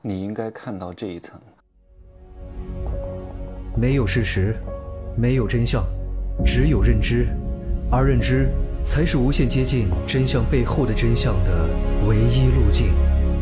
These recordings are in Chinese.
你应该看到这一层。 没有事实，没有真相，只有认知，而认知才是无限接近真相背后的真相的唯一路径。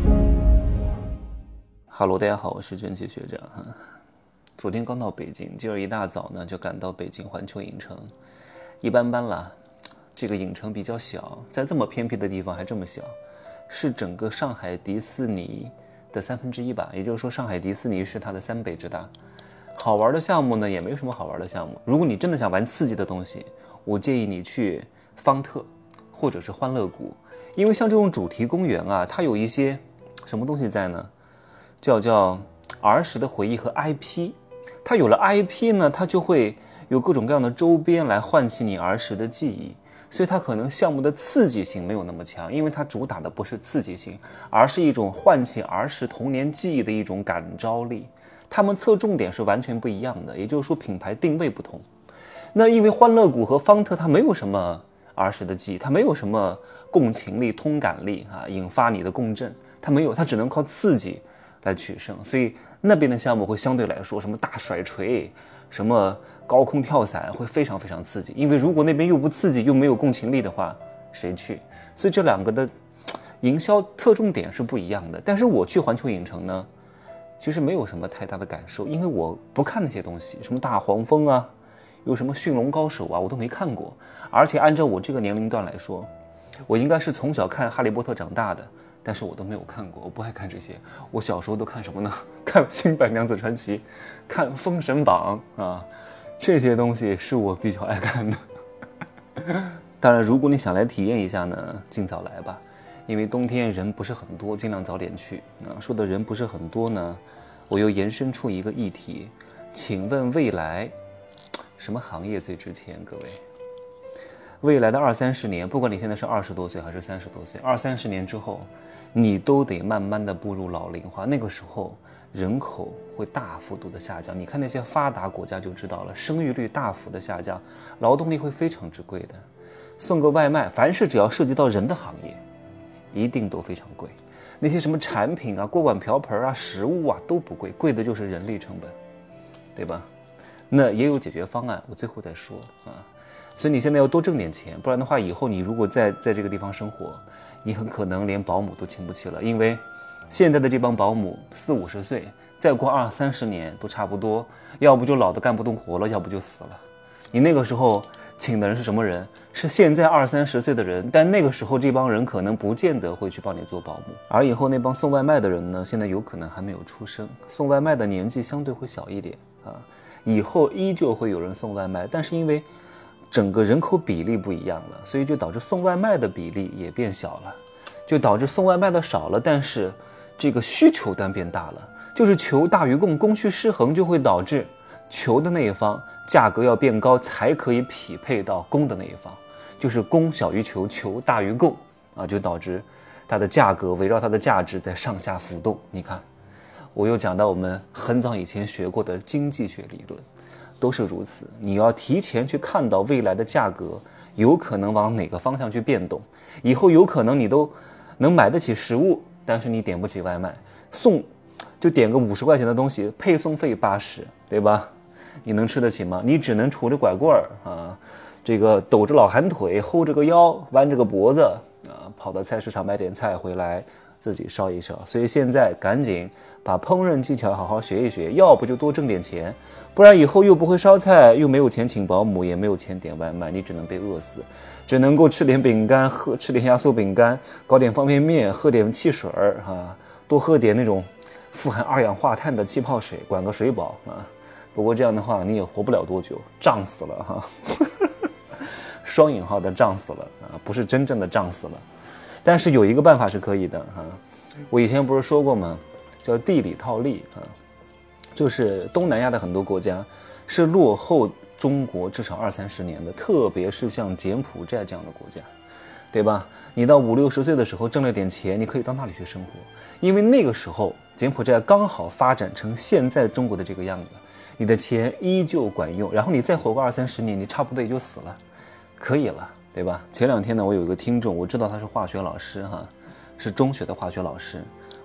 Hello， 大家好，我是真奇学长。昨天刚到北京，今儿一大早呢就赶到北京环球影城，一般般啦。这个影城比较小，在这么偏僻的地方还这么小，是整个上海迪士尼的1/3吧，也就是说上海迪士尼是它的3倍之大。好玩的项目呢也没有什么好玩的项目，如果你真的想玩刺激的东西，我建议你去方特或者是欢乐谷，因为像这种主题公园啊，它有一些什么东西在呢，叫儿时的回忆和 IP， 它有了 IP 呢，它就会有各种各样的周边来唤起你儿时的记忆，所以它可能项目的刺激性没有那么强，因为它主打的不是刺激性，而是一种唤起儿时童年记忆的一种感召力。他们侧重点是完全不一样的，也就是说品牌定位不同。那因为欢乐谷和方特它没有什么儿时的记忆，它没有什么共情力、通感力啊，引发你的共振，它没有，它只能靠刺激来取胜。所以那边的项目会相对来说，什么大甩锤、什么高空跳伞会非常非常刺激。因为如果那边又不刺激又没有共情力的话，谁去？所以这两个的营销侧重点是不一样的。但是我去环球影城呢，其实没有什么太大的感受，因为我不看那些东西，什么大黄蜂啊，有什么驯龙高手啊，我都没看过。而且按照我这个年龄段来说，我应该是从小看哈利波特长大的，但是我都没有看过，我不爱看这些。我小时候都看什么呢？看新白娘子传奇，看封神榜啊，这些东西是我比较爱看的。当然如果你想来体验一下呢，尽早来吧，因为冬天人不是很多，尽量早点去啊。说的人不是很多呢，我又延伸出一个议题，请问未来什么行业最值钱？各位，未来的20-30年，不管你现在是20多岁还是30多岁，20-30年之后，你都得慢慢的步入老龄化，那个时候人口会大幅度的下降。你看那些发达国家就知道了，生育率大幅的下降，劳动力会非常之贵的。送个外卖，凡是只要涉及到人的行业，一定都非常贵。那些什么产品啊、锅碗瓢盆啊、食物啊都不贵，贵的就是人力成本，对吧？那也有解决方案，我最后再说啊。所以你现在要多挣点钱，不然的话，以后你如果在这个地方生活，你很可能连保姆都请不起了，因为现在的这帮保姆40-50岁，再过20-30年都差不多，要不就老的干不动活了，要不就死了。你那个时候请的人是什么人？是现在20-30岁的人，但那个时候这帮人可能不见得会去帮你做保姆，而以后那帮送外卖的人呢，现在有可能还没有出生，送外卖的年纪相对会小一点啊。以后依旧会有人送外卖，但是因为整个人口比例不一样了，所以就导致送外卖的比例也变小了，就导致送外卖的少了，但是这个需求端变大了，就是求大于供，供需失衡就会导致求的那一方价格要变高，才可以匹配到供的那一方，就是供小于求，求大于供啊，就导致它的价格围绕它的价值在上下浮动。你看，我又讲到我们很早以前学过的经济学理论，都是如此。你要提前去看到未来的价格有可能往哪个方向去变动，以后有可能你都能买得起食物，但是你点不起外卖，就点个50块钱的东西，配送费80，对吧？你能吃得起吗？你只能杵着拐棍儿啊，这个抖着老寒腿，齁着个腰，弯着个脖子啊，跑到菜市场买点菜回来自己烧一烧。所以现在赶紧把烹饪技巧好好学一学，要不就多挣点钱，不然以后又不会烧菜，又没有钱请保姆，也没有钱点外卖，你只能被饿死，只能够吃点饼干，吃点压缩饼干，搞点方便面，喝点汽水啊，多喝点那种富含二氧化碳的气泡水，管个水饱啊。不过这样的话你也活不了多久，胀死了哈，双引号的胀死了啊，不是真正的胀死了。但是有一个办法是可以的哈，我以前不是说过吗？叫地理套利啊，就是东南亚的很多国家是落后中国至少20-30年的，特别是像柬埔寨这样的国家，对吧？你到50-60岁的时候挣了点钱，你可以到那里去生活，因为那个时候柬埔寨刚好发展成现在中国的这个样子，你的钱依旧管用，然后你再活个20-30年，你差不多也就死了，可以了，对吧？前2天呢，我有一个听众，我知道他是化学老师哈，是中学的化学老师，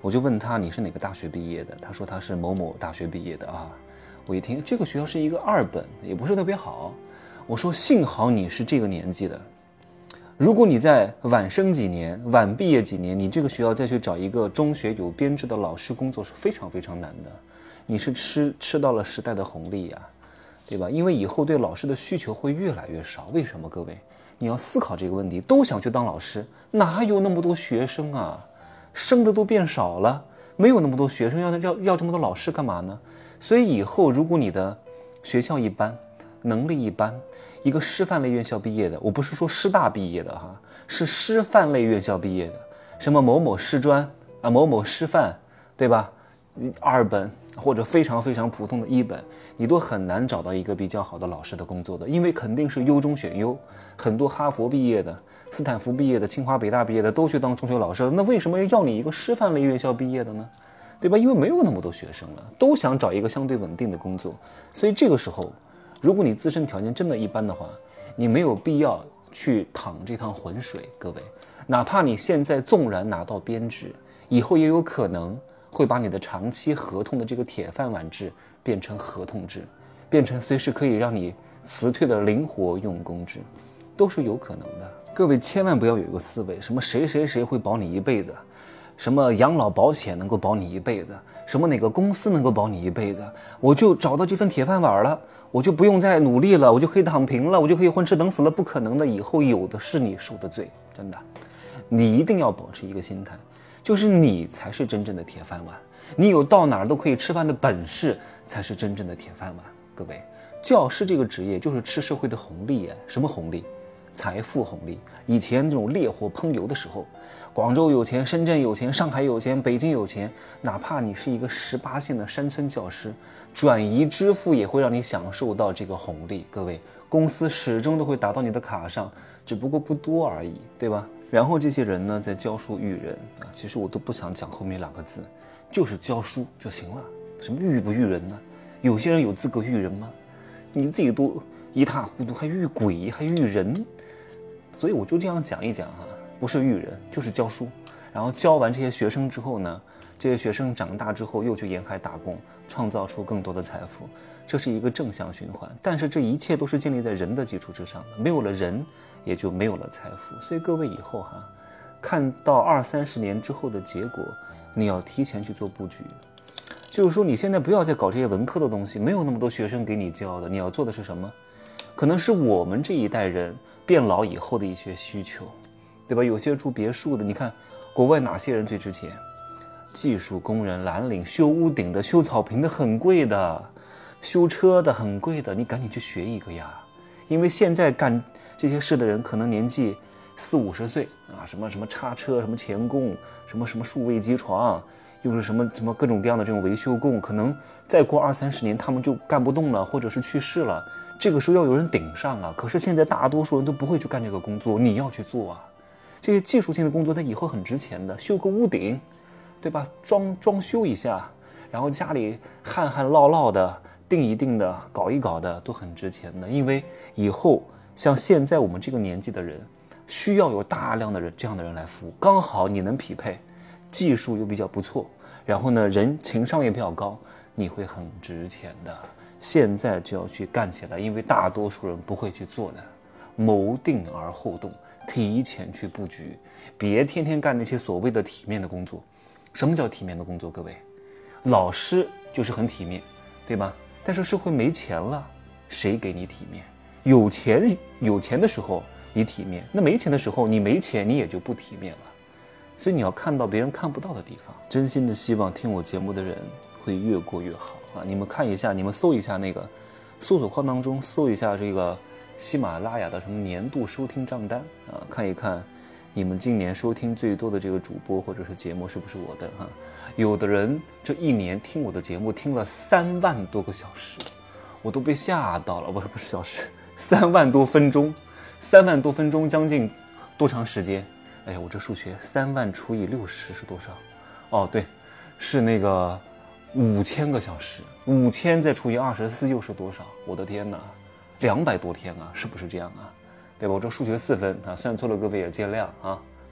我就问他你是哪个大学毕业的，他说他是某某大学毕业的啊。我一听这个学校是一个2本，也不是特别好。我说幸好你是这个年纪的，如果你再晚生几年，晚毕业几年，你这个学校再去找一个中学有编制的老师工作是非常非常难的。你是吃到了时代的红利呀，对吧？因为以后对老师的需求会越来越少。为什么？各位，你要思考这个问题，都想去当老师，哪有那么多学生啊？生的都变少了，没有那么多学生，要这么多老师干嘛呢？所以以后如果你的学校一般，能力一般，一个师范类院校毕业的，我不是说师大毕业的哈，是师范类院校毕业的，什么某某师专啊，某某师范，对吧？2本或者非常非常普通的1本，你都很难找到一个比较好的老师的工作的，因为肯定是优中选优，很多哈佛毕业的、斯坦福毕业的、清华北大毕业的都去当中学老师，那为什么要你一个师范类院校毕业的呢？对吧？因为没有那么多学生了，都想找一个相对稳定的工作，所以这个时候，如果你自身条件真的一般的话，你没有必要去淌这趟浑水。各位，哪怕你现在纵然拿到编制，以后也有可能会把你的长期合同的这个铁饭碗制变成合同制，变成随时可以让你辞退的灵活用工制，都是有可能的。各位千万不要有一个思维，什么谁谁谁会保你一辈子，什么养老保险能够保你一辈子，什么哪个公司能够保你一辈子，我就找到这份铁饭碗了，我就不用再努力了，我就可以躺平了，我就可以混吃等死了。不可能的，以后有的是你受的罪，真的。你一定要保持一个心态，就是你才是真正的铁饭碗，你有到哪儿都可以吃饭的本事才是真正的铁饭碗。各位，教师这个职业就是吃社会的红利啊。什么红利？财富红利。以前那种烈火烹油的时候，广州有钱，深圳有钱，上海有钱，北京有钱，哪怕你是一个18线的山村教师，转移支付也会让你享受到这个红利。各位，公司始终都会打到你的卡上，只不过不多而已，对吧？然后这些人呢，在教书育人啊，其实我都不想讲后面2个字，就是教书就行了。什么育不育人呢？有些人有资格育人吗？你自己都一塌糊涂，还育鬼，还育人。所以我就这样讲一讲哈，不是育人就是教书。然后教完这些学生之后呢，这些学生长大之后又去沿海打工，创造出更多的财富，这是一个正向循环。但是这一切都是建立在人的基础之上的，没有了人，也就没有了财富。所以各位以后哈，看到20-30年之后的结果，你要提前去做布局。就是说你现在不要再搞这些文科的东西，没有那么多学生给你教的，你要做的是什么？可能是我们这一代人变老以后的一些需求，对吧？有些住别墅的，你看国外哪些人最值钱？技术工人、蓝领、修屋顶的、修草坪的很贵的，修车的很贵的，你赶紧去学一个呀！因为现在干这些事的人可能年纪40-50岁啊，什么叉车、什么钳工、什么数位机床，又是什么各种各样的这种维修工，可能再过20-30年他们就干不动了，或者是去世了。这个时候要有人顶上啊！可是现在大多数人都不会去干这个工作，你要去做啊！这些技术性的工作在以后很值钱的，修个屋顶，对吧？装修一下，然后家里旱涝涝的、定一定的、搞一搞的都很值钱的。因为以后像现在我们这个年纪的人，需要有大量的人这样的人来服务，刚好你能匹配，技术又比较不错，然后呢人情商也比较高，你会很值钱的。现在就要去干起来，因为大多数人不会去做的，谋定而后动，提前去布局，别天天干那些所谓的体面的工作。什么叫体面的工作？各位，老师就是很体面，对吧？但是社会没钱了，谁给你体面？有钱的时候你体面，那没钱的时候你没钱，你也就不体面了。所以你要看到别人看不到的地方。真心的希望听我节目的人会越过越好啊！你们看一下，你们搜一下那个搜索框当中搜一下这个喜马拉雅的什么年度收听账单啊，看一看你们今年收听最多的这个主播或者是节目是不是我的哈？有的人这一年听我的节目听了3万多个小时，我都被吓到了。不是小时，3万多分钟，3万多分钟将近多长时间？哎呀，我这数学3万除以60是多少？哦，对，是那个5000个小时，5000再除以24又是多少？我的天哪，200多天啊，是不是这样啊？对吧？我这数学4分啊，算错了各位也见谅啊。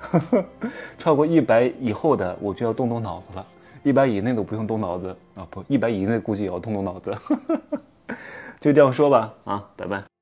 超过100以后的我就要动脑子了，100以内都不用动脑子啊，不，100以内估计也要动脑子。就这样说吧，啊，拜拜。